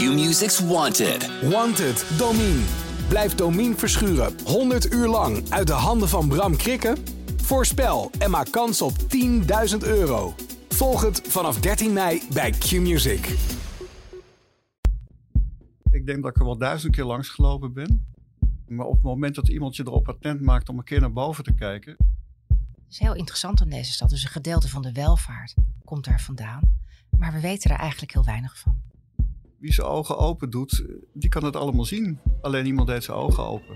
Q-Music's Wanted. Wanted, Domine. Blijft Domine verschuren 100 uur lang uit de handen van Bram Krikke? Voorspel en maak kans op €10.000. Volg het vanaf 13 mei bij Q-Music. Ik denk dat ik er wel 1000 keer langs gelopen ben. Maar op het moment dat iemand je erop attent maakt om een keer naar boven te kijken. Het is heel interessant aan deze stad. Dus een gedeelte van de welvaart komt daar vandaan. Maar we weten er eigenlijk heel weinig van. Wie zijn ogen open doet, die kan het allemaal zien. Alleen niemand deed zijn ogen open.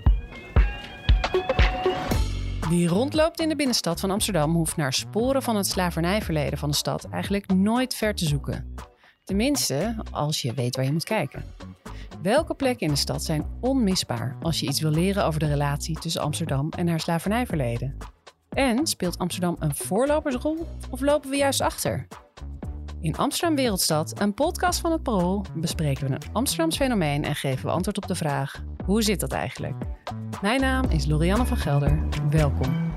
Wie rondloopt in de binnenstad van Amsterdam hoeft naar sporen van het slavernijverleden van de stad eigenlijk nooit ver te zoeken. Tenminste, als je weet waar je moet kijken. Welke plekken in de stad zijn onmisbaar als je iets wil leren over de relatie tussen Amsterdam en haar slavernijverleden? En speelt Amsterdam een voorlopersrol of lopen we juist achter? In Amsterdam Wereldstad, een podcast van het Parool, bespreken we een Amsterdams fenomeen en geven we antwoord op de vraag: hoe zit dat eigenlijk? Mijn naam is Lorianne van Gelder. Welkom.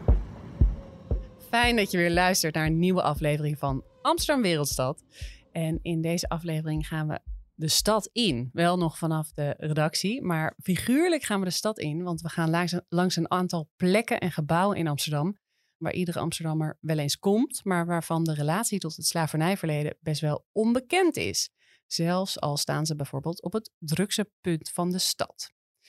Fijn dat je weer luistert naar een nieuwe aflevering van Amsterdam Wereldstad. En in deze aflevering gaan we de stad in. Wel nog vanaf de redactie, maar figuurlijk gaan we de stad in. Want we gaan langs een aantal plekken en gebouwen in Amsterdam waar iedere Amsterdammer wel eens komt, maar waarvan de relatie tot het slavernijverleden best wel onbekend is. Zelfs al staan ze bijvoorbeeld op het drukste punt van de stad.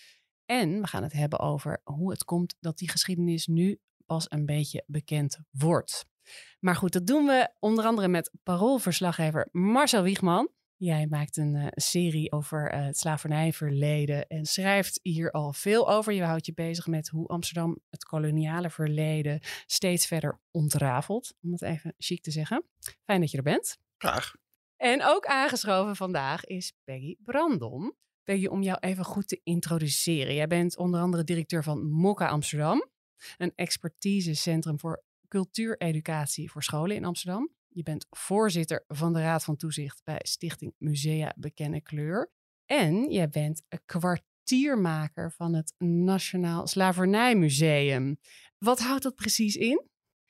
En we gaan het hebben over hoe het komt dat die geschiedenis nu pas een beetje bekend wordt. Maar goed, dat doen we onder andere met Paroolverslaggever Marcel Wiegman. Jij maakt een serie over het slavernijverleden en schrijft hier al veel over. Je houdt je bezig met hoe Amsterdam het koloniale verleden steeds verder ontrafelt. Om het even chic te zeggen. Fijn dat je er bent. Graag. En ook aangeschoven vandaag is Peggy Brandon. Peggy, om jou even goed te introduceren. Jij bent onder andere directeur van Mokka Amsterdam. Een expertisecentrum voor cultuureducatie voor scholen in Amsterdam. Je bent voorzitter van de Raad van Toezicht bij Stichting Musea Bekenne Kleur. En jij bent een kwartiermaker van het Nationaal Slavernijmuseum. Wat houdt dat precies in?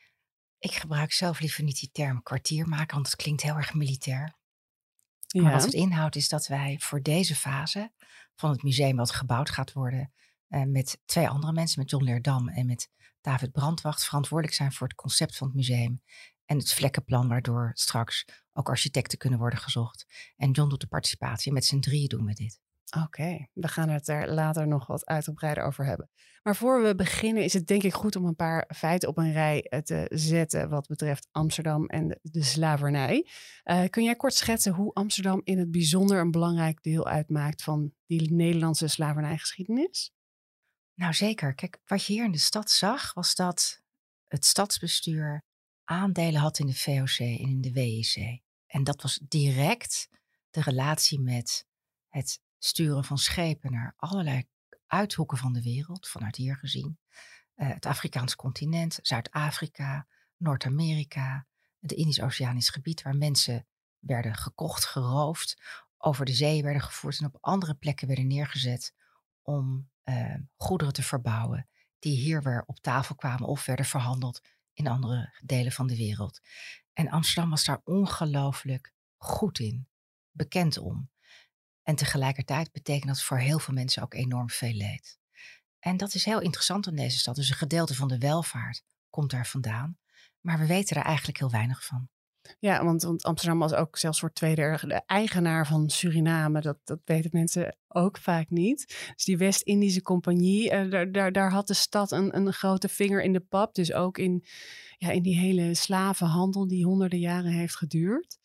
Ik gebruik zelf liever niet die term kwartiermaker, want het klinkt heel erg militair. Ja. Maar wat het inhoudt is dat wij voor deze fase van het museum wat gebouwd gaat worden, met 2 andere mensen, met John Leerdam en met David Brandwacht, verantwoordelijk zijn voor het concept van het museum en het vlekkenplan waardoor straks ook architecten kunnen worden gezocht. En John doet de participatie en met z'n 3 doen we dit. Oké, we gaan het er later nog wat uitgebreider over hebben. Maar voor we beginnen is het denk ik goed om een paar feiten op een rij te zetten wat betreft Amsterdam en de slavernij. Kun jij kort schetsen hoe Amsterdam in het bijzonder een belangrijk deel uitmaakt van die Nederlandse slavernijgeschiedenis? Nou zeker. Kijk, wat je hier in de stad zag was dat het stadsbestuur aandelen had in de VOC en in de WIC. En dat was direct de relatie met het sturen van schepen naar allerlei uithoeken van de wereld, vanuit hier gezien. Het Afrikaans continent, Zuid-Afrika, Noord-Amerika, het Indisch-Oceanisch gebied waar mensen werden gekocht, geroofd, over de zee werden gevoerd en op andere plekken werden neergezet om goederen te verbouwen die hier weer op tafel kwamen of werden verhandeld in andere delen van de wereld. En Amsterdam was daar ongelooflijk goed in, bekend om. En tegelijkertijd betekent dat voor heel veel mensen ook enorm veel leed. En dat is heel interessant aan deze stad. Dus een gedeelte van de welvaart komt daar vandaan. Maar we weten er eigenlijk heel weinig van. Ja, want Amsterdam was ook zelfs voor tweede erg de eigenaar van Suriname. Dat weten mensen ook vaak niet. Dus die West-Indische Compagnie, daar had de stad een grote vinger in de pap. Dus ook in die hele slavenhandel die honderden jaren heeft geduurd.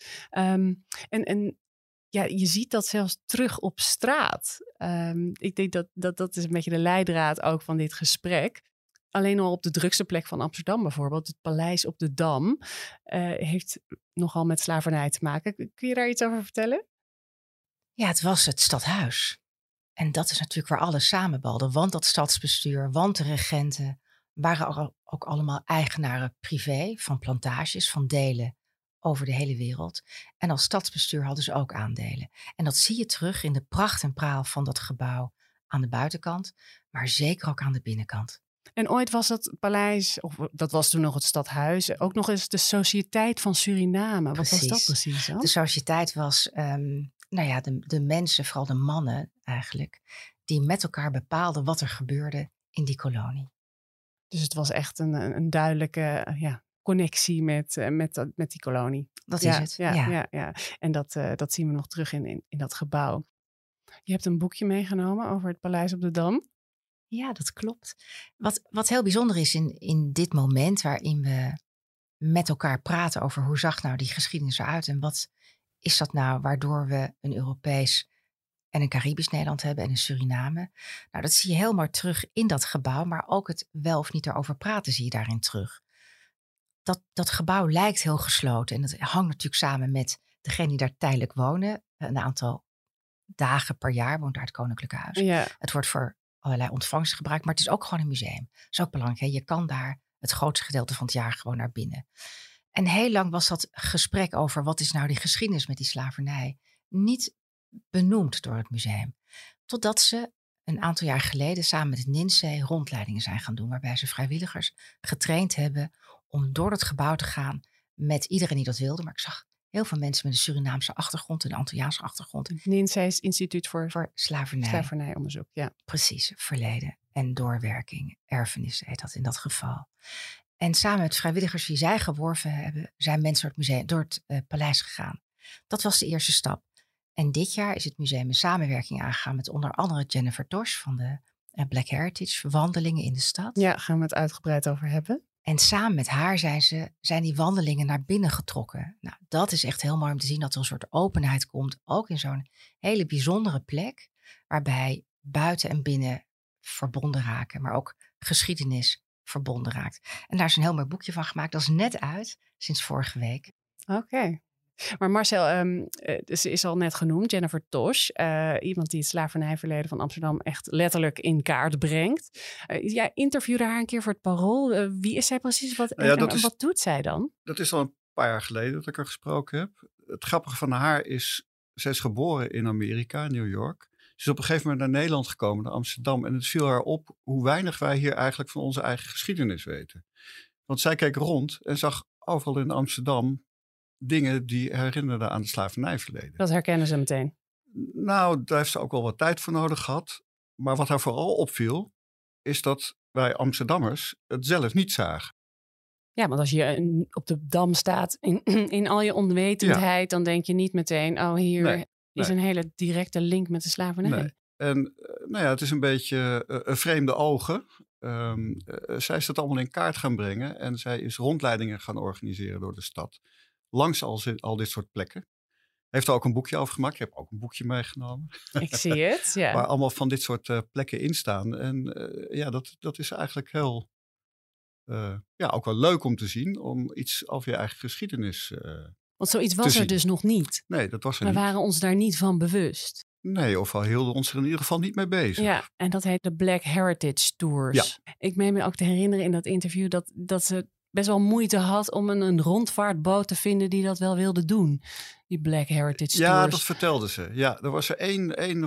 Ja, je ziet dat zelfs terug op straat. Ik denk dat is een beetje de leidraad ook van dit gesprek. Alleen al op de drukste plek van Amsterdam bijvoorbeeld, het Paleis op de Dam, heeft nogal met slavernij te maken. Kun je daar iets over vertellen? Ja, het was het stadhuis. En dat is natuurlijk waar alles samenbalde. Want dat stadsbestuur, want de regenten waren ook allemaal eigenaren privé van plantages, van delen over de hele wereld. En als stadsbestuur hadden ze ook aandelen. En dat zie je terug in de pracht en praal van dat gebouw aan de buitenkant, maar zeker ook aan de binnenkant. En ooit was dat paleis, of dat was toen nog het stadhuis, ook nog eens de Sociëteit van Suriname. Wat was dat precies dan? De Sociëteit was de mensen, vooral de mannen eigenlijk, die met elkaar bepaalden wat er gebeurde in die kolonie. Dus het was echt een duidelijke connectie met die kolonie. Dat is het. Ja. En dat zien we nog terug in dat gebouw. Je hebt een boekje meegenomen over het Paleis op de Dam. Ja, dat klopt. Wat heel bijzonder is in dit moment waarin we met elkaar praten over hoe zag nou die geschiedenis eruit en wat is dat nou waardoor we een Europees en een Caribisch Nederland hebben en een Suriname. Nou, dat zie je heel mooi terug in dat gebouw, maar ook het wel of niet erover praten zie je daarin terug. Dat gebouw lijkt heel gesloten en dat hangt natuurlijk samen met degene die daar tijdelijk wonen. Een aantal dagen per jaar woont daar het Koninklijke Huis. Ja. Het wordt voor allerlei ontvangsten gebruikt, maar het is ook gewoon een museum. Dat is ook belangrijk. Hè? Je kan daar het grootste gedeelte van het jaar gewoon naar binnen. En heel lang was dat gesprek over wat is nou die geschiedenis met die slavernij niet benoemd door het museum. Totdat ze een aantal jaar geleden samen met het NINSEE rondleidingen zijn gaan doen, waarbij ze vrijwilligers getraind hebben om door het gebouw te gaan met iedereen die dat wilde. Maar ik zag heel veel mensen met een Surinaamse achtergrond en een Antilliaanse achtergrond. Het NINSEE is Instituut voor Slavernijonderzoek. Ja. Precies, verleden en doorwerking, erfenis heet dat in dat geval. En samen met vrijwilligers die zij geworven hebben, zijn mensen door het paleis gegaan. Dat was de eerste stap. En dit jaar is het museum een samenwerking aangegaan met onder andere Jennifer Tosh van de Black Heritage, wandelingen in de stad. Ja, gaan we het uitgebreid over hebben. En samen met haar zijn die wandelingen naar binnen getrokken. Nou, dat is echt heel mooi om te zien dat er een soort openheid komt. Ook in zo'n hele bijzondere plek. Waarbij buiten en binnen verbonden raken. Maar ook geschiedenis verbonden raakt. En daar is een heel mooi boekje van gemaakt. Dat is net uit, sinds vorige week. Oké. Maar Marcel, ze is al net genoemd, Jennifer Tosh. Iemand die het slavernijverleden van Amsterdam echt letterlijk in kaart brengt. Jij interviewde haar een keer voor het Parool. Wie is zij precies? Wat doet zij dan? Dat is al een paar jaar geleden dat ik haar gesproken heb. Het grappige van haar is, zij is geboren in Amerika, New York. Ze is op een gegeven moment naar Nederland gekomen, naar Amsterdam. En het viel haar op hoe weinig wij hier eigenlijk van onze eigen geschiedenis weten. Want zij keek rond en zag overal in Amsterdam dingen die herinnerden aan het slavernijverleden. Dat herkennen ze meteen. Nou, daar heeft ze ook wel wat tijd voor nodig gehad. Maar wat haar vooral opviel, is dat wij Amsterdammers het zelf niet zagen. Ja, want als je op de Dam staat in al je onwetendheid, dan denk je niet meteen, hier is een hele directe link met de slavernij. Nee. En het is een beetje vreemde ogen. Zij is dat allemaal in kaart gaan brengen en zij is rondleidingen gaan organiseren door de stad. Langs al dit soort plekken. Heeft er ook een boekje over gemaakt. Ik heb ook een boekje meegenomen. Ik zie het, ja. Waar allemaal van dit soort plekken in staan. En dat is eigenlijk heel ook wel leuk om te zien. Om iets over je eigen geschiedenis Want zoiets was er dus nog niet. Nee, dat was er niet. We waren ons daar niet van bewust. Nee, of al hielden ons er in ieder geval niet mee bezig. Ja, en dat heet de Black Heritage Tours. Ja. Ik meen me ook te herinneren in dat interview dat ze best wel moeite had om een rondvaartboot te vinden die dat wel wilde doen. Die Black Heritage Tours. Ja, dat vertelde ze. Ja, er was er één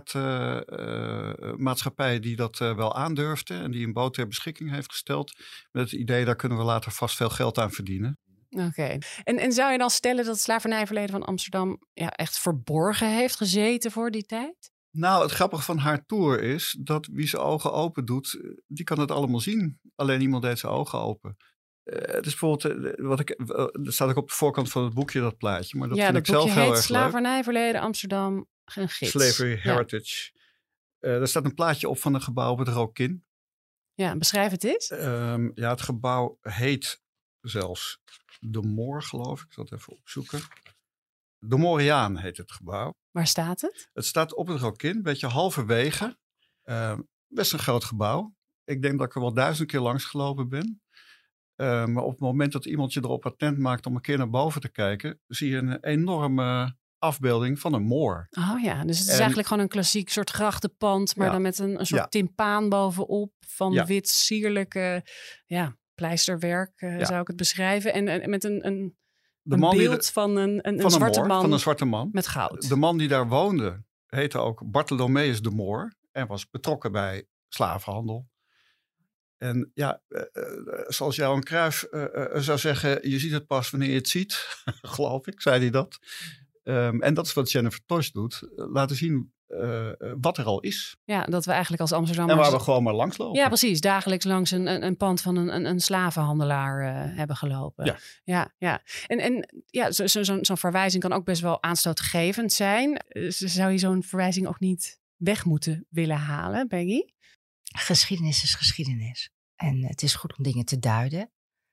rondvaartmaatschappij die dat wel aandurfde. En die een boot ter beschikking heeft gesteld. Met het idee, daar kunnen we later vast veel geld aan verdienen. Oké. En zou je dan stellen dat het slavernijverleden van Amsterdam echt verborgen heeft gezeten voor die tijd? Nou, het grappige van haar tour is dat wie zijn ogen open doet, die kan het allemaal zien. Alleen niemand deed zijn ogen open. Het is bijvoorbeeld, dat staat ook op de voorkant van het boekje, dat plaatje. Maar dat vind ik zelf heel erg leuk. Slavernijverleden Amsterdam, een gids. Slavery Heritage. Er staat een plaatje op van een gebouw op het Rokin. Ja, beschrijf het eens. Het gebouw heet zelfs De Moor, geloof ik. Ik zal het even opzoeken. De Moriaan heet het gebouw. Waar staat het? Het staat op het Rokin, een beetje halverwege. Best een groot gebouw. Ik denk dat ik er wel 1000 keer langs gelopen ben. Maar op het moment dat iemand je erop attent maakt om een keer naar boven te kijken, zie je een enorme afbeelding van een moor. Oh ja, dus het is eigenlijk gewoon een klassiek soort grachtenpand, maar dan met een soort timpaan bovenop van wit sierlijke pleisterwerk, zou ik het beschrijven. En met een beeld van een zwarte man. Van een zwarte man. Met goud. De man die daar woonde heette ook Bartholomeus de Moor en was betrokken bij slavenhandel. En zoals Johan Cruijff zou zeggen, je ziet het pas wanneer je het ziet, geloof ik, zei hij dat. En dat is wat Jennifer Tosh doet. Laten zien wat er al is. Ja, dat we eigenlijk als Amsterdammers... En waar we gewoon maar langs lopen. Ja, precies. Dagelijks langs een pand van een slavenhandelaar hebben gelopen. Ja. En zo'n verwijzing kan ook best wel aanstootgevend zijn. Zou je zo'n verwijzing ook niet weg moeten willen halen, Peggy? Geschiedenis is geschiedenis. En het is goed om dingen te duiden.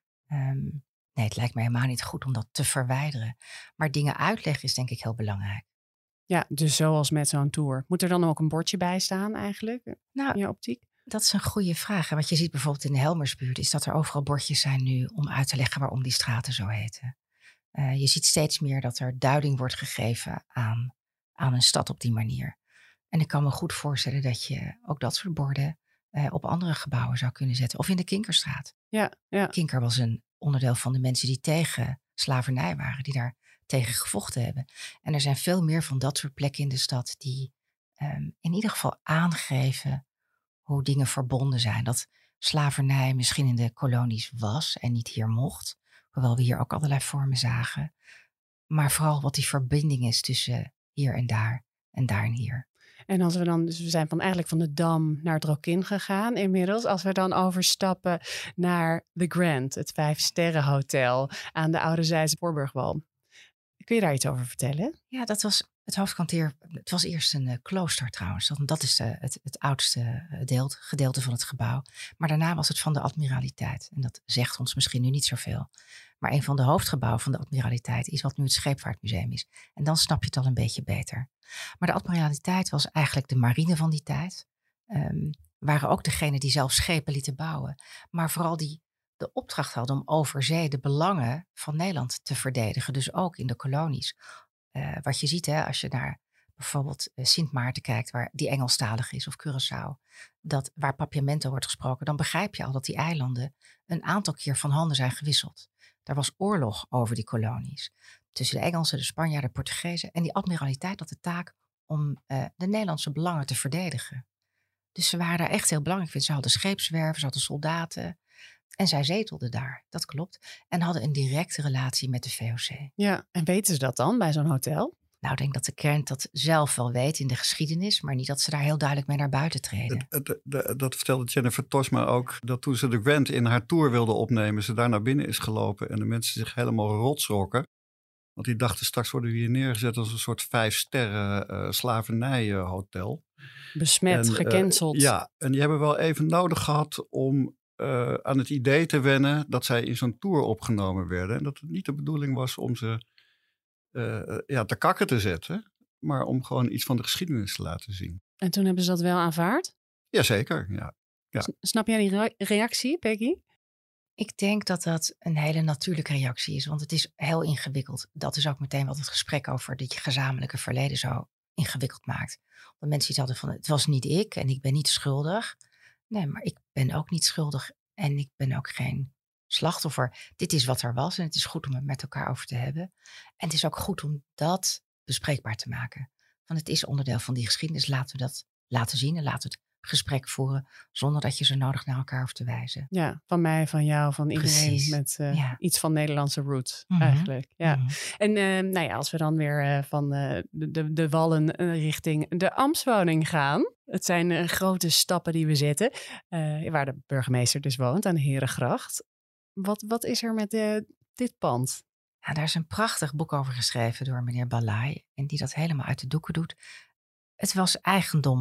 Nee, het lijkt me helemaal niet goed om dat te verwijderen. Maar dingen uitleggen is denk ik heel belangrijk. Ja, dus zoals met zo'n tour. Moet er dan ook een bordje bij staan eigenlijk? Nou, in je optiek? Dat is een goede vraag. En wat je ziet bijvoorbeeld in de Helmersbuurt is dat er overal bordjes zijn nu om uit te leggen waarom die straten zo heten. Je ziet steeds meer dat er duiding wordt gegeven aan een stad op die manier. En ik kan me goed voorstellen dat je ook dat soort borden op andere gebouwen zou kunnen zetten. Of in de Kinkerstraat. Ja. Kinker was een onderdeel van de mensen die tegen slavernij waren. Die daar tegen gevochten hebben. En er zijn veel meer van dat soort plekken in de stad die in ieder geval aangeven hoe dingen verbonden zijn. Dat slavernij misschien in de kolonies was en niet hier mocht. Hoewel we hier ook allerlei vormen zagen. Maar vooral wat die verbinding is tussen hier en daar en hier. En als we dan, dus we zijn eigenlijk van de Dam naar het Rokin gegaan inmiddels. Als we dan overstappen naar The Grand, het 5-sterrenhotel aan de Oude Zijse Voorburgwal. Kun je daar iets over vertellen? Ja, dat was het hoofdkwartier. Het was eerst een klooster trouwens. Dat is het oudste gedeelte van het gebouw. Maar daarna was het van de admiraliteit. En dat zegt ons misschien nu niet zoveel. Maar een van de hoofdgebouwen van de admiraliteit is wat nu het Scheepvaartmuseum is. En dan snap je het al een beetje beter. Maar de admiraliteit was eigenlijk de marine van die tijd. Waren ook degenen die zelf schepen lieten bouwen. Maar vooral die de opdracht hadden om over zee de belangen van Nederland te verdedigen. Dus ook in de kolonies. Wat je ziet als je naar bijvoorbeeld Sint Maarten kijkt, waar die Engelstalig is, of Curaçao, waar Papiamento wordt gesproken, dan begrijp je al dat die eilanden een aantal keer van handen zijn gewisseld. Daar was oorlog over die kolonies. Tussen de Engelsen, de Spanjaarden, de Portugezen. En die admiraliteit had de taak om de Nederlandse belangen te verdedigen. Dus ze waren daar echt heel belangrijk. Ze hadden scheepswerven, ze hadden soldaten. En zij zetelden daar, dat klopt. En hadden een directe relatie met de VOC. Ja, en weten ze dat dan bij zo'n hotel? Nou, ik denk dat de kern dat zelf wel weet in de geschiedenis, maar niet dat ze daar heel duidelijk mee naar buiten treden. Dat vertelde Jennifer Tosh me ook, dat toen ze de Grand in haar tour wilde opnemen, ze daar naar binnen is gelopen en de mensen zich helemaal rotsrokken. Want die dachten, straks worden we hier neergezet als een soort 5-sterren slavernijhotel. Besmet, gecanceld. Ja, en die hebben wel even nodig gehad om aan het idee te wennen dat zij in zo'n tour opgenomen werden. En dat het niet de bedoeling was om ze te kakken te zetten, maar om gewoon iets van de geschiedenis te laten zien. En toen hebben ze dat wel aanvaard? Jazeker, ja. Snap jij die reactie, Peggy? Ik denk dat dat een hele natuurlijke reactie is, want het is heel ingewikkeld. Dat is ook meteen wat het gesprek over dit gezamenlijke verleden zo ingewikkeld maakt. Want mensen die hadden van, het was niet ik en ik ben niet schuldig. Nee, maar ik ben ook niet schuldig en ik ben ook geen slachtoffer. Dit is wat er was en het is goed om het met elkaar over te hebben. En het is ook goed om dat bespreekbaar te maken. Want het is onderdeel van die geschiedenis. Laten we dat laten zien en laten we het gesprek voeren zonder dat je zo nodig naar elkaar hoeft te wijzen. Ja, van mij, van jou, van iedereen. Precies. Met iets van Nederlandse roots eigenlijk. Ja. En als we dan weer van de wallen richting de ambtswoning gaan. Het zijn grote stappen die we zetten. Waar de burgemeester dus woont, aan de Herengracht. Wat is er met dit pand? Ja, daar is een prachtig boek over geschreven door meneer Balai. En die dat helemaal uit de doeken doet. Het was eigendom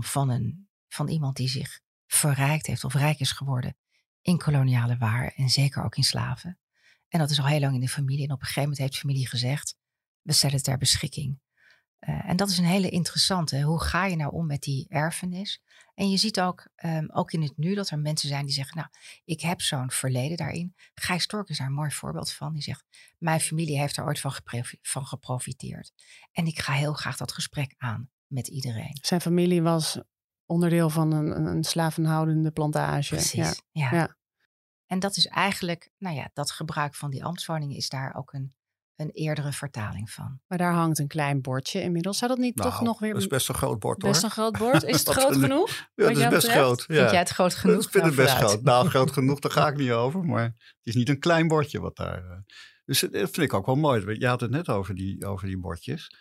van iemand die zich verrijkt heeft of rijk is geworden in koloniale waar en zeker ook in slaven. En dat is al heel lang in de familie. En op een gegeven moment heeft de familie gezegd, we stellen het ter beschikking. En dat is een hele interessante. Hoe ga je nou om met die erfenis? En je ziet ook in het nu dat er mensen zijn die zeggen, nou, ik heb zo'n verleden daarin. Gijs Stork is daar een mooi voorbeeld van. Die zegt, mijn familie heeft er ooit van geprofiteerd. En ik ga heel graag dat gesprek aan met iedereen. Zijn familie was onderdeel van een slavenhoudende plantage. Precies, ja. En dat is eigenlijk, dat gebruik van die ambtswoningen is daar ook een eerdere vertaling van. Maar daar hangt een klein bordje inmiddels. Zou dat niet toch nog weer... Dat is best een groot bord, hoor. Best een groot bord? Is het groot genoeg? Ja, dat is best groot. Ja. Vind jij het groot genoeg? Ik vind het best groot. Nou, groot genoeg, daar ga ik niet over. Maar het is niet een klein bordje wat daar... Dus dat vind ik ook wel mooi. Je had het net over die bordjes.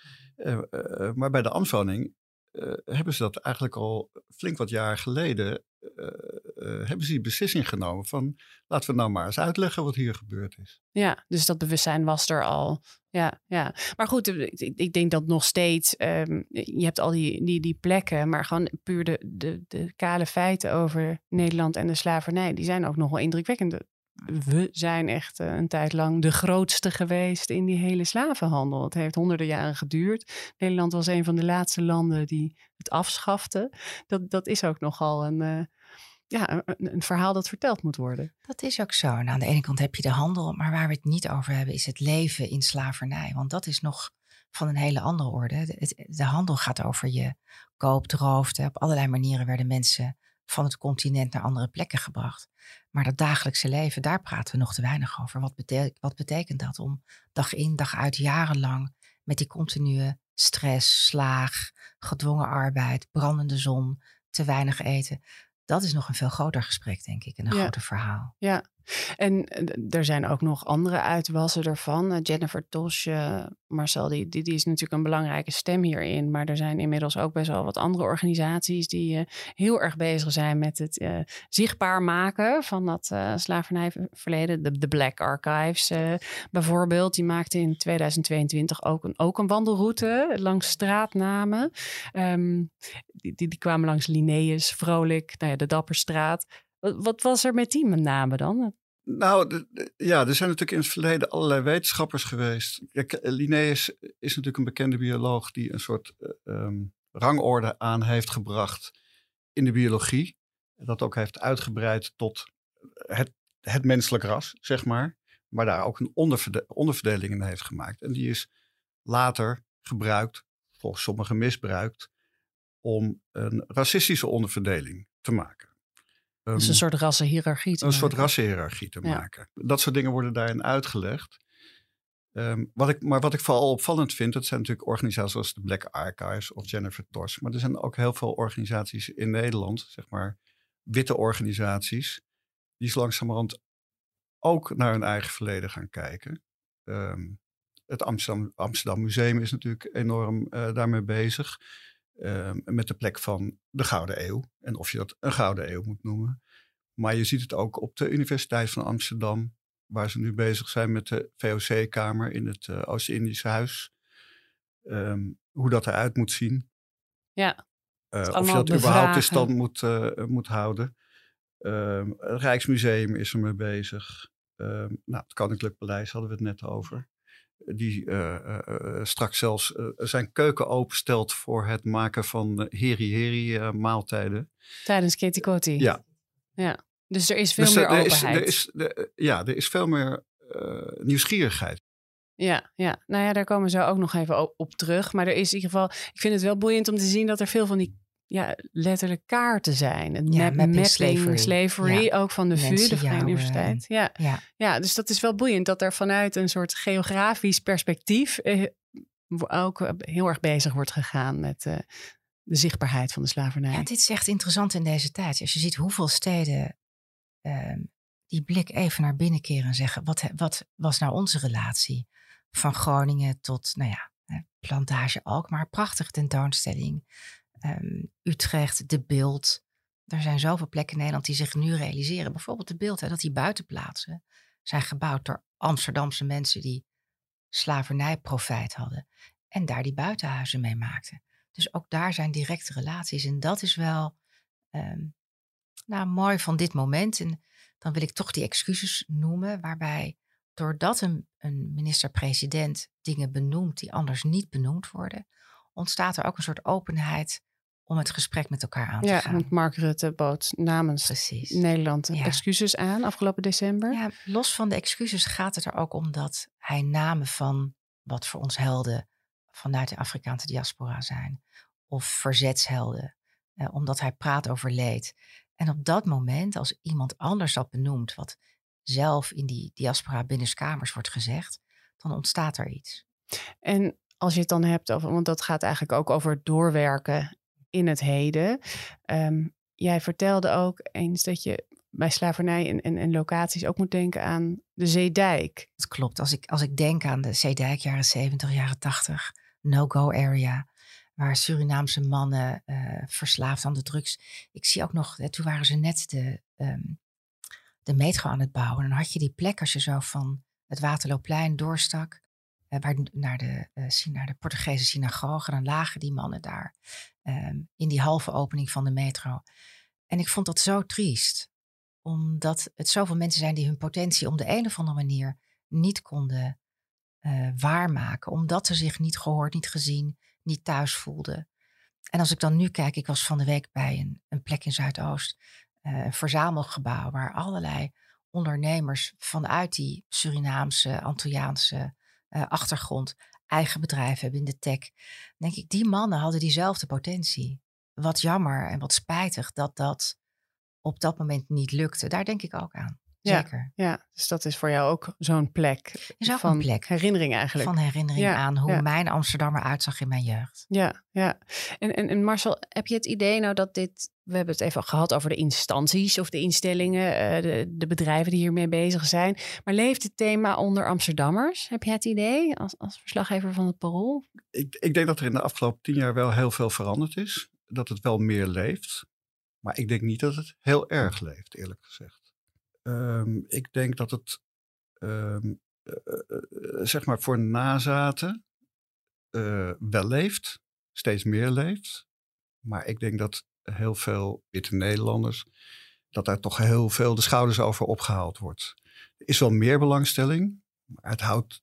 Maar bij de ambtswoning hebben ze dat eigenlijk al flink wat jaar geleden... hebben ze die beslissing genomen van... laten we nou maar eens uitleggen wat hier gebeurd is. Ja, dus dat bewustzijn was er al. Ja. Maar goed, ik denk dat nog steeds... je hebt al die plekken... maar gewoon puur de kale feiten over Nederland en de slavernij... die zijn ook nog wel indrukwekkend. We zijn echt een tijd lang de grootste geweest in die hele slavenhandel. Het heeft honderden jaren geduurd. Nederland was een van de laatste landen die het afschafte. Dat is ook nogal een verhaal dat verteld moet worden. Dat is ook zo. En aan de ene kant heb je de handel, maar waar we het niet over hebben is het leven in slavernij. Want dat is nog van een hele andere orde. De handel gaat over je koopt, rooft. Op allerlei manieren werden mensen van het continent naar andere plekken gebracht. Maar dat dagelijkse leven, daar praten we nog te weinig over. Wat betekent dat om dag in, dag uit, jarenlang met die continue stress, slaag, gedwongen arbeid, brandende zon, te weinig eten. Dat is nog een veel groter gesprek, denk ik, en een groter verhaal. Ja, en er zijn ook nog andere uitwassen ervan. Jennifer Tosh, Marcel, die is natuurlijk een belangrijke stem hierin. Maar er zijn inmiddels ook best wel wat andere organisaties... die heel erg bezig zijn met het zichtbaar maken van dat slavernijverleden. De Black Archives bijvoorbeeld. Die maakte in 2022 ook een wandelroute langs straatnamen. Die kwamen langs Linnaeus, Vrolijk, de Dapperstraat... Wat was er met die namen dan? Nou, er zijn natuurlijk in het verleden allerlei wetenschappers geweest. Kijk, Linnaeus is natuurlijk een bekende bioloog die een soort rangorde aan heeft gebracht in de biologie. Dat ook heeft uitgebreid tot het menselijk ras, zeg maar. Maar daar ook een onderverdeling in heeft gemaakt. En die is later gebruikt, volgens sommigen misbruikt, om een racistische onderverdeling te maken. Dus een soort rassenhiërarchie te maken. Een soort rassenhiërarchie te maken. Dat soort dingen worden daarin uitgelegd. Wat ik vooral opvallend vind, dat zijn natuurlijk organisaties zoals de Black Archives of Jennifer Tosh. Maar er zijn ook heel veel organisaties in Nederland, zeg maar witte organisaties, die zo langzamerhand ook naar hun eigen verleden gaan kijken. Het Amsterdam Museum is natuurlijk enorm daarmee bezig. Met de plek van de Gouden Eeuw. En of je dat een Gouden Eeuw moet noemen. Maar je ziet het ook op de Universiteit van Amsterdam. Waar ze nu bezig zijn met de VOC-kamer in het Oost-Indische Huis. Hoe dat eruit moet zien. Ja. Of je dat überhaupt in stand moet houden. Het Rijksmuseum is ermee bezig. Het Koninklijk Paleis hadden we het net over. Die straks zelfs zijn keuken openstelt voor het maken van heri-heri maaltijden. Tijdens Ketikoti. Ja. Dus er is veel meer openheid. Er is veel meer nieuwsgierigheid. Ja. Nou ja, daar komen ze ook nog even op terug. Maar er is in ieder geval, ik vind het wel boeiend om te zien dat er veel van die letterlijk kaarten zijn. Mapping slavery, ook van de VU, de Vrije Universiteit. Ja, dus dat is wel boeiend dat er vanuit een soort geografisch perspectief ook heel erg bezig wordt gegaan met de zichtbaarheid van de slavernij. Ja, dit is echt interessant in deze tijd. Als je ziet hoeveel steden die blik even naar binnen keren en zeggen, wat was nou onze relatie? Van Groningen tot, Plantage Alkmaar, prachtige tentoonstelling. Utrecht, De Bild. Er zijn zoveel plekken in Nederland die zich nu realiseren. Bijvoorbeeld De Bild, dat die buitenplaatsen zijn gebouwd door Amsterdamse mensen die slavernijprofijt hadden. En daar die buitenhuizen mee maakten. Dus ook daar zijn directe relaties. En dat is wel mooi van dit moment. En dan wil ik toch die excuses noemen, waarbij doordat een minister-president dingen benoemt die anders niet benoemd worden, ontstaat er ook een soort openheid om het gesprek met elkaar aan te gaan. Ja, want Mark Rutte bood namens Nederland excuses aan afgelopen december. Ja, los van de excuses gaat het er ook om dat hij namen van wat voor ons helden vanuit de Afrikaanse diaspora zijn. Of verzetshelden. Omdat hij praat over leed. En op dat moment, als iemand anders dat benoemt, wat zelf in die diaspora binnenskamers wordt gezegd, dan ontstaat er iets. En als je het dan hebt over, want dat gaat eigenlijk ook over doorwerken in het heden. Jij vertelde ook eens dat je bij slavernij en locaties ook moet denken aan de Zeedijk. Dat klopt. Als ik denk aan de Zeedijk, jaren 70, jaren 80, no-go area. Waar Surinaamse mannen verslaafd aan de drugs. Ik zie ook nog, toen waren ze net de metro aan het bouwen. En dan had je die plek als je zo van het Waterlooplein doorstak. Naar de Portugese synagoge. Dan lagen die mannen daar. In die halve opening van de metro. En ik vond dat zo triest. Omdat het zoveel mensen zijn die hun potentie op de een of andere manier niet konden waarmaken. Omdat ze zich niet gehoord, niet gezien, niet thuis voelden. En als ik dan nu kijk, ik was van de week bij een plek in Zuidoost. Een verzamelgebouw waar allerlei ondernemers vanuit die Surinaamse, Antilliaanse achtergrond eigen bedrijven hebben in de tech. Dan denk ik, die mannen hadden diezelfde potentie. Wat jammer en wat spijtig dat op dat moment niet lukte. Daar denk ik ook aan. Zeker. Ja, dus dat is voor jou ook zo'n plek. Is ook van een plek. Herinnering eigenlijk. Van herinnering aan hoe mijn Amsterdam eruit zag in mijn jeugd. Ja. En Marcel, heb je het idee nou dat dit... We hebben het even gehad over de instanties of de instellingen, de bedrijven die hiermee bezig zijn. Maar leeft het thema onder Amsterdammers? Heb jij het idee als verslaggever van het Parool? Ik denk dat er in de afgelopen 10 jaar wel heel veel veranderd is. Dat het wel meer leeft. Maar ik denk niet dat het heel erg leeft, eerlijk gezegd. Ik denk dat het, zeg maar voor nazaten wel leeft. Steeds meer leeft. Maar ik denk dat heel veel witte Nederlanders, dat daar toch heel veel de schouders over opgehaald wordt. Er is wel meer belangstelling, maar het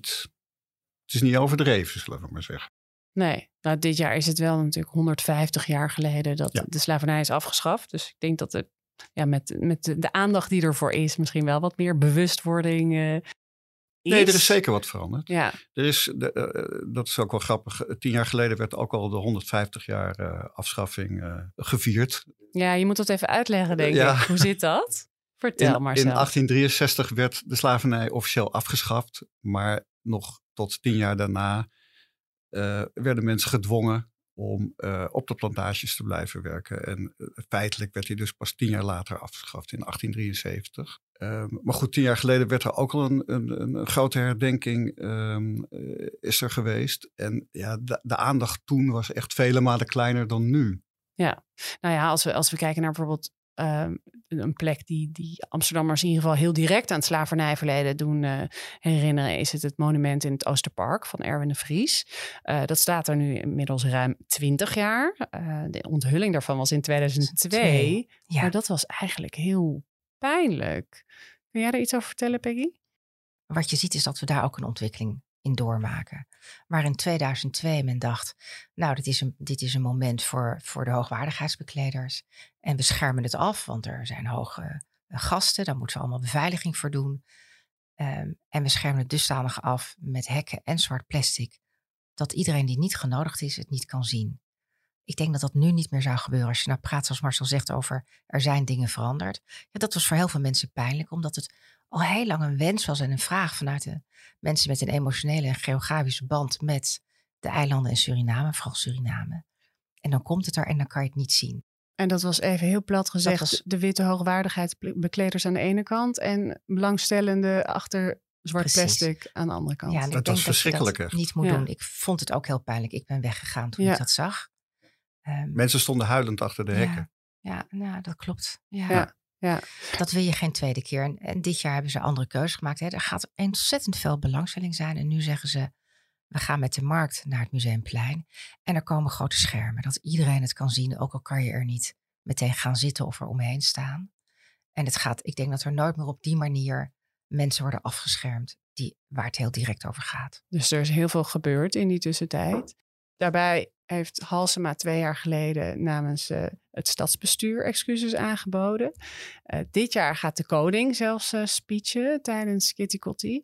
is niet overdreven, zullen we maar zeggen. Nee, nou dit jaar is het wel natuurlijk 150 jaar geleden dat de slavernij is afgeschaft. Dus ik denk dat het met de aandacht die ervoor is, misschien wel wat meer bewustwording is. Nee, er is zeker wat veranderd. Ja. Dat is ook wel grappig. 10 jaar geleden werd ook al de 150 jaar afschaffing gevierd. Ja, je moet dat even uitleggen, denk ik. Hoe zit dat? Vertel maar In 1863 werd de slavernij officieel afgeschaft. Maar nog tot 10 jaar daarna werden mensen gedwongen om op de plantages te blijven werken. En feitelijk werd die dus pas 10 jaar later afgeschaft in 1873. Maar goed, 10 jaar geleden werd er ook al een grote herdenking is er geweest. En ja, de aandacht toen was echt vele malen kleiner dan nu. Ja, nou ja, als we kijken naar bijvoorbeeld een plek die Amsterdammers in ieder geval heel direct aan het slavernijverleden doen herinneren, is het monument in het Oosterpark van Erwin de Vries. Dat staat er nu inmiddels ruim 20 jaar. De onthulling daarvan was in 2002. Ja. Maar dat was eigenlijk heel pijnlijk. Kun jij er iets over vertellen, Peggy? Wat je ziet is dat we daar ook een ontwikkeling in doormaken. Waar in 2002 men dacht, nou, dit is een moment voor de hoogwaardigheidsbekleders. En we schermen het af, want er zijn hoge gasten. Daar moeten we allemaal beveiliging voor doen. En we schermen het dusdanig af met hekken en zwart plastic, dat iedereen die niet genodigd is, het niet kan zien. Ik denk dat dat nu niet meer zou gebeuren. Als je nou praat, zoals Marcel zegt, over er zijn dingen veranderd. Ja, dat was voor heel veel mensen pijnlijk, omdat het al heel lang een wens was en een vraag vanuit de mensen met een emotionele en geografische band met de eilanden en Suriname, vooral Suriname. En dan komt het er en dan kan je het niet zien. En dat was even heel plat gezegd de witte hoogwaardigheidsbekleders aan de ene kant en belangstellenden achter zwart plastic aan de andere kant. Ja, dat was verschrikkelijk. Dat niet moet doen. Ik vond het ook heel pijnlijk. Ik ben weggegaan toen ik dat zag. Mensen stonden huilend achter de hekken. Ja, nou, dat klopt. Ja. Dat wil je geen tweede keer. En dit jaar hebben ze een andere keuze gemaakt. Er gaat ontzettend veel belangstelling zijn. En nu zeggen ze, we gaan met de markt naar het Museumplein. En er komen grote schermen, dat iedereen het kan zien. Ook al kan je er niet meteen gaan zitten of er omheen staan. En ik denk dat er nooit meer op die manier mensen worden afgeschermd waar het heel direct over gaat. Dus er is heel veel gebeurd in die tussentijd. Daarbij heeft Halsema 2 jaar geleden namens het stadsbestuur excuses aangeboden. Dit jaar gaat de koning zelfs speechen tijdens Kitty Kotti.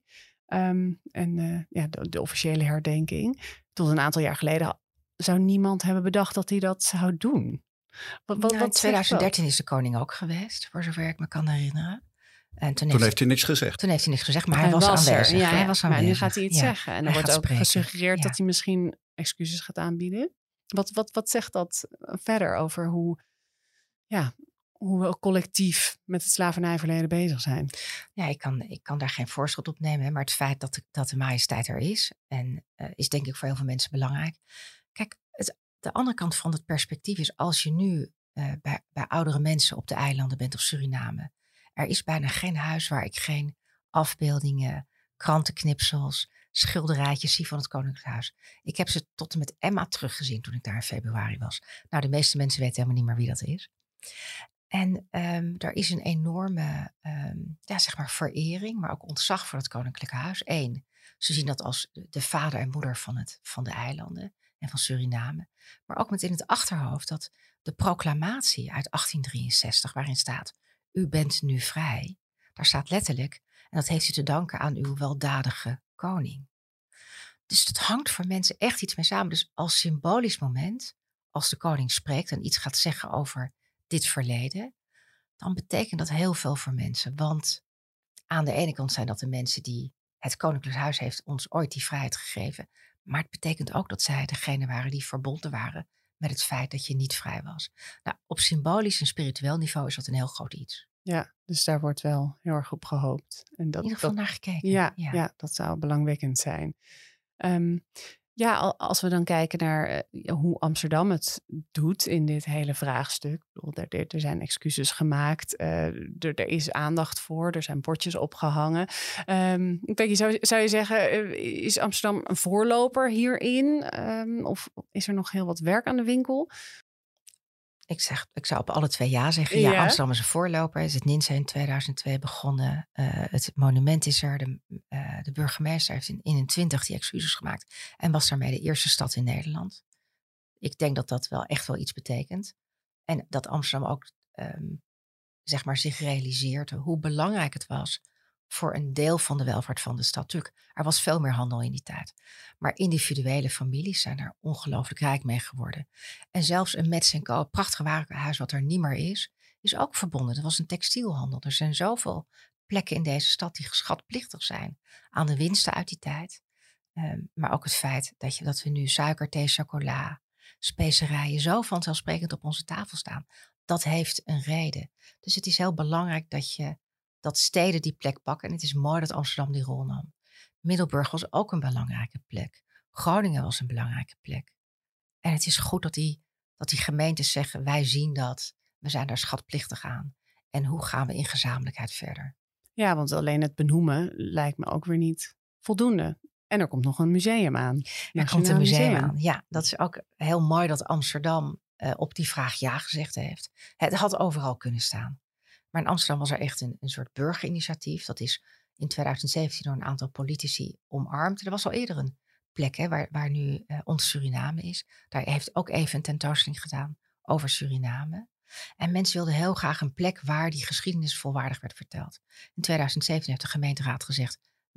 De officiële herdenking. Tot een aantal jaar geleden zou niemand hebben bedacht dat hij dat zou doen. Wat in 2013 is de koning ook geweest, voor zover ik me kan herinneren. En toen heeft hij niks gezegd. Toen heeft hij niks gezegd, maar hij was aanwezig. Ja, hij was aanwezig. Maar nu gaat hij iets zeggen. En er wordt ook gesuggereerd dat hij misschien excuses gaat aanbieden. Wat zegt dat verder over hoe hoe we collectief met het slavernijverleden bezig zijn. Ja, ik kan daar geen voorschot op nemen. Hè, maar het feit dat de majesteit er is. En is denk ik voor heel veel mensen belangrijk. Kijk, de andere kant van het perspectief is als je nu bij oudere mensen op de eilanden bent of Suriname. Er is bijna geen huis waar ik geen afbeeldingen, krantenknipsels, schilderijtjes zie van het Koninklijk Huis. Ik heb ze tot en met Emma teruggezien toen ik daar in februari was. Nou, de meeste mensen weten helemaal niet meer wie dat is. En er is een enorme zeg maar verering, maar ook ontzag voor het Koninklijke Huis. Eén, ze zien dat als de vader en moeder van de eilanden en van Suriname. Maar ook met in het achterhoofd dat de proclamatie uit 1863, waarin staat: u bent nu vrij. Daar staat letterlijk, en dat heeft u te danken aan uw weldadige koning. Dus dat hangt voor mensen echt iets mee samen. Dus als symbolisch moment, als de koning spreekt en iets gaat zeggen over dit verleden, dan betekent dat heel veel voor mensen. Want aan de ene kant zijn dat de mensen die het Koninklijk Huis heeft ons ooit die vrijheid gegeven. Maar het betekent ook dat zij degene waren die verbonden waren met het feit dat je niet vrij was. Nou, op symbolisch en spiritueel niveau is dat een heel groot iets. Ja, dus daar wordt wel heel erg op gehoopt. En In ieder geval naar gekeken. Ja, dat zou belangwekkend zijn. Als we dan kijken naar hoe Amsterdam het doet in dit hele vraagstuk. Ik bedoel, er zijn excuses gemaakt. Er is aandacht voor. Er zijn bordjes opgehangen. Becky, zou je zeggen, is Amsterdam een voorloper hierin? Of is er nog heel wat werk aan de winkel? Ik zou op alle twee ja zeggen. Ja, Amsterdam is een voorloper. Is het NINSE in 2002 begonnen. Het monument is er. De burgemeester heeft in 2021 die excuses gemaakt. En was daarmee de eerste stad in Nederland. Ik denk dat dat wel echt wel iets betekent. En dat Amsterdam ook zeg maar zich realiseert hoe belangrijk het was voor een deel van de welvaart van de stad. Tuurlijk, er was veel meer handel in die tijd. Maar individuele families zijn er ongelooflijk rijk mee geworden. En zelfs een Metz & Co, prachtig warenhuis wat er niet meer is ook verbonden. Er was een textielhandel. Er zijn zoveel plekken in deze stad die schatplichtig zijn aan de winsten uit die tijd. Maar ook het feit dat we nu suiker, thee, chocola, specerijen zo vanzelfsprekend op onze tafel staan. Dat heeft een reden. Dus het is heel belangrijk dat steden die plek pakken. En het is mooi dat Amsterdam die rol nam. Middelburg was ook een belangrijke plek. Groningen was een belangrijke plek. En het is goed dat die gemeentes zeggen, wij zien dat. We zijn daar schatplichtig aan. En hoe gaan we in gezamenlijkheid verder? Ja, want alleen het benoemen lijkt me ook weer niet voldoende. En er komt nog een museum aan. Er komt een museum aan. Ja, dat is ook heel mooi dat Amsterdam op die vraag ja gezegd heeft. Het had overal kunnen staan. Maar in Amsterdam was er echt een soort burgerinitiatief. Dat is in 2017 door een aantal politici omarmd. Er was al eerder een plek waar nu ons Suriname is. Daar heeft ook even een tentoonstelling gedaan over Suriname. En mensen wilden heel graag een plek waar die geschiedenis volwaardig werd verteld. In 2017 heeft de gemeenteraad gezegd,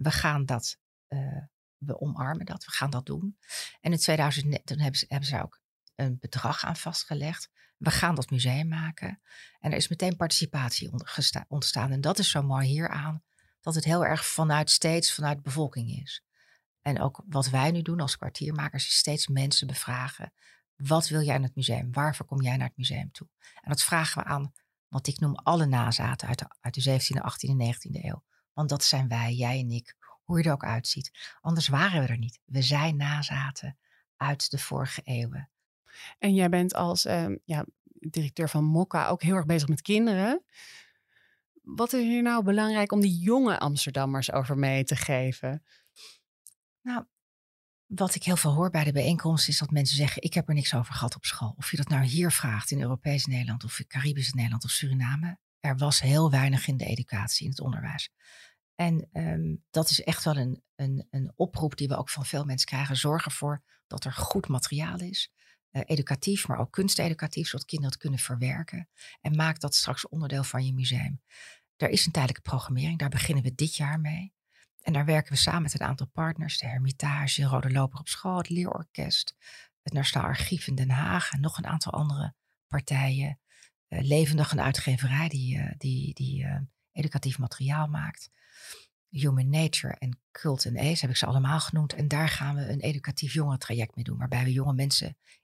we omarmen dat, we gaan dat doen. En in 2009 hebben ze ook een bedrag aan vastgelegd. We gaan dat museum maken. En er is meteen participatie ontstaan. En dat is zo mooi hieraan, dat het heel erg vanuit de bevolking is. En ook wat wij nu doen als kwartiermakers is steeds mensen bevragen. Wat wil jij in het museum? Waarvoor kom jij naar het museum toe? En dat vragen we aan, wat ik noem alle nazaten uit de 17e, 18e en 19e eeuw. Want dat zijn wij, jij en ik, hoe je er ook uitziet. Anders waren we er niet. We zijn nazaten uit de vorige eeuwen. En jij bent als directeur van Mokka ook heel erg bezig met kinderen. Wat is hier nou belangrijk om die jonge Amsterdammers over mee te geven? Nou, wat ik heel veel hoor bij de bijeenkomst is dat mensen zeggen, ik heb er niks over gehad op school. Of je dat nou hier vraagt in Europees Nederland of in Caribisch Nederland of Suriname. Er was heel weinig in de educatie, in het onderwijs. En dat is echt wel een oproep die we ook van veel mensen krijgen. Zorg ervoor dat er goed materiaal is. Educatief, maar ook kunsteducatief, zodat kinderen het kunnen verwerken. En maak dat straks onderdeel van je museum. Er is een tijdelijke programmering, daar beginnen we dit jaar mee. En daar werken we samen met een aantal partners. De Hermitage, de Rode Loper op School, het Leerorkest, het Nationaal Archief in Den Haag en nog een aantal andere partijen. Levendig een uitgeverij die educatief materiaal maakt. Human Nature en Cult and Ace heb ik ze allemaal genoemd. En daar gaan we een educatief jongerentraject mee doen. Waarbij we jonge mensen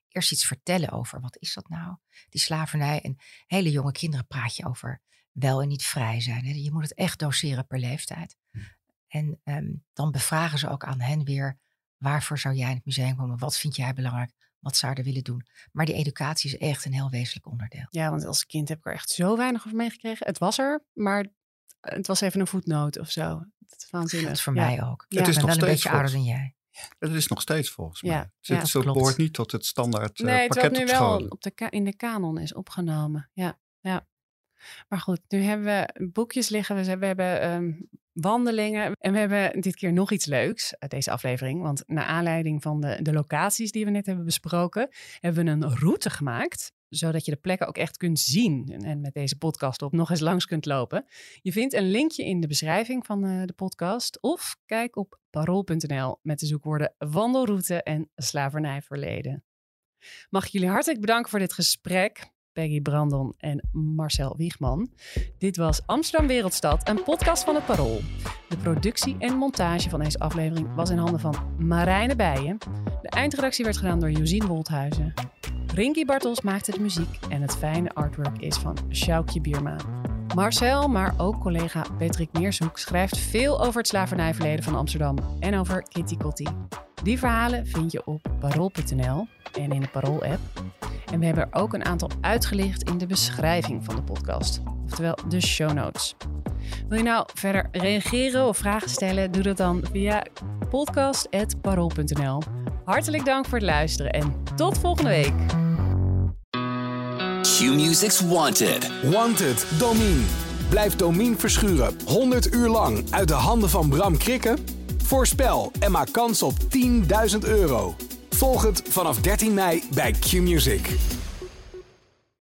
eerst iets vertellen over, wat is dat nou? Die slavernij. En hele jonge kinderen praat je over wel en niet vrij zijn. Hè? Je moet het echt doseren per leeftijd. En dan bevragen ze ook aan hen weer, waarvoor zou jij in het museum komen? Wat vind jij belangrijk? Wat zou je er willen doen? Maar die educatie is echt een heel wezenlijk onderdeel. Ja, want als kind heb ik er echt zo weinig over meegekregen. Het was er, maar het was even een voetnoot of zo. Dat is waanzinnig. Dat is voor mij ook. Het is Ik ben nog wel een steeds beetje ouder dan jij. Het is nog steeds volgens mij. Ja, Het behoort niet tot het standaard nee, pakket terwijl het op nu scholen. wel in de kanon is opgenomen. Ja. Maar goed, nu hebben we boekjes liggen. We hebben wandelingen. En we hebben dit keer nog iets leuks uit deze aflevering. Want naar aanleiding van de locaties die we net hebben besproken, hebben we een route gemaakt, zodat je de plekken ook echt kunt zien en met deze podcast op nog eens langs kunt lopen. Je vindt een linkje in de beschrijving van de podcast of kijk op parool.nl met de zoekwoorden wandelroute en slavernijverleden. Mag ik jullie hartelijk bedanken voor dit gesprek, Peggy Brandon en Marcel Wiegman. Dit was Amsterdam Wereldstad, een podcast van het Parool. De productie en montage van deze aflevering was in handen van Marijne Bijen. De eindredactie werd gedaan door Josien Wolthuizen. Rinky Bartels maakte de muziek en het fijne artwork is van Sjoukje Bierma. Marcel, maar ook collega Patrick Meershoek schrijft veel over het slavernijverleden van Amsterdam en over Kitty Kotti. Die verhalen vind je op parool.nl en in de Parool-app. En we hebben er ook een aantal uitgelicht in de beschrijving van de podcast, oftewel de show notes. Wil je nou verder reageren of vragen stellen? Doe dat dan via podcast@parool.nl. Hartelijk dank voor het luisteren en tot volgende week. Q-Music's Wanted. Wanted, Domien. Blijf Domien verschuren 100 uur lang uit de handen van Bram Krikke? Voorspel en maak kans op €10.000. Volg het vanaf 13 mei bij Q-Music.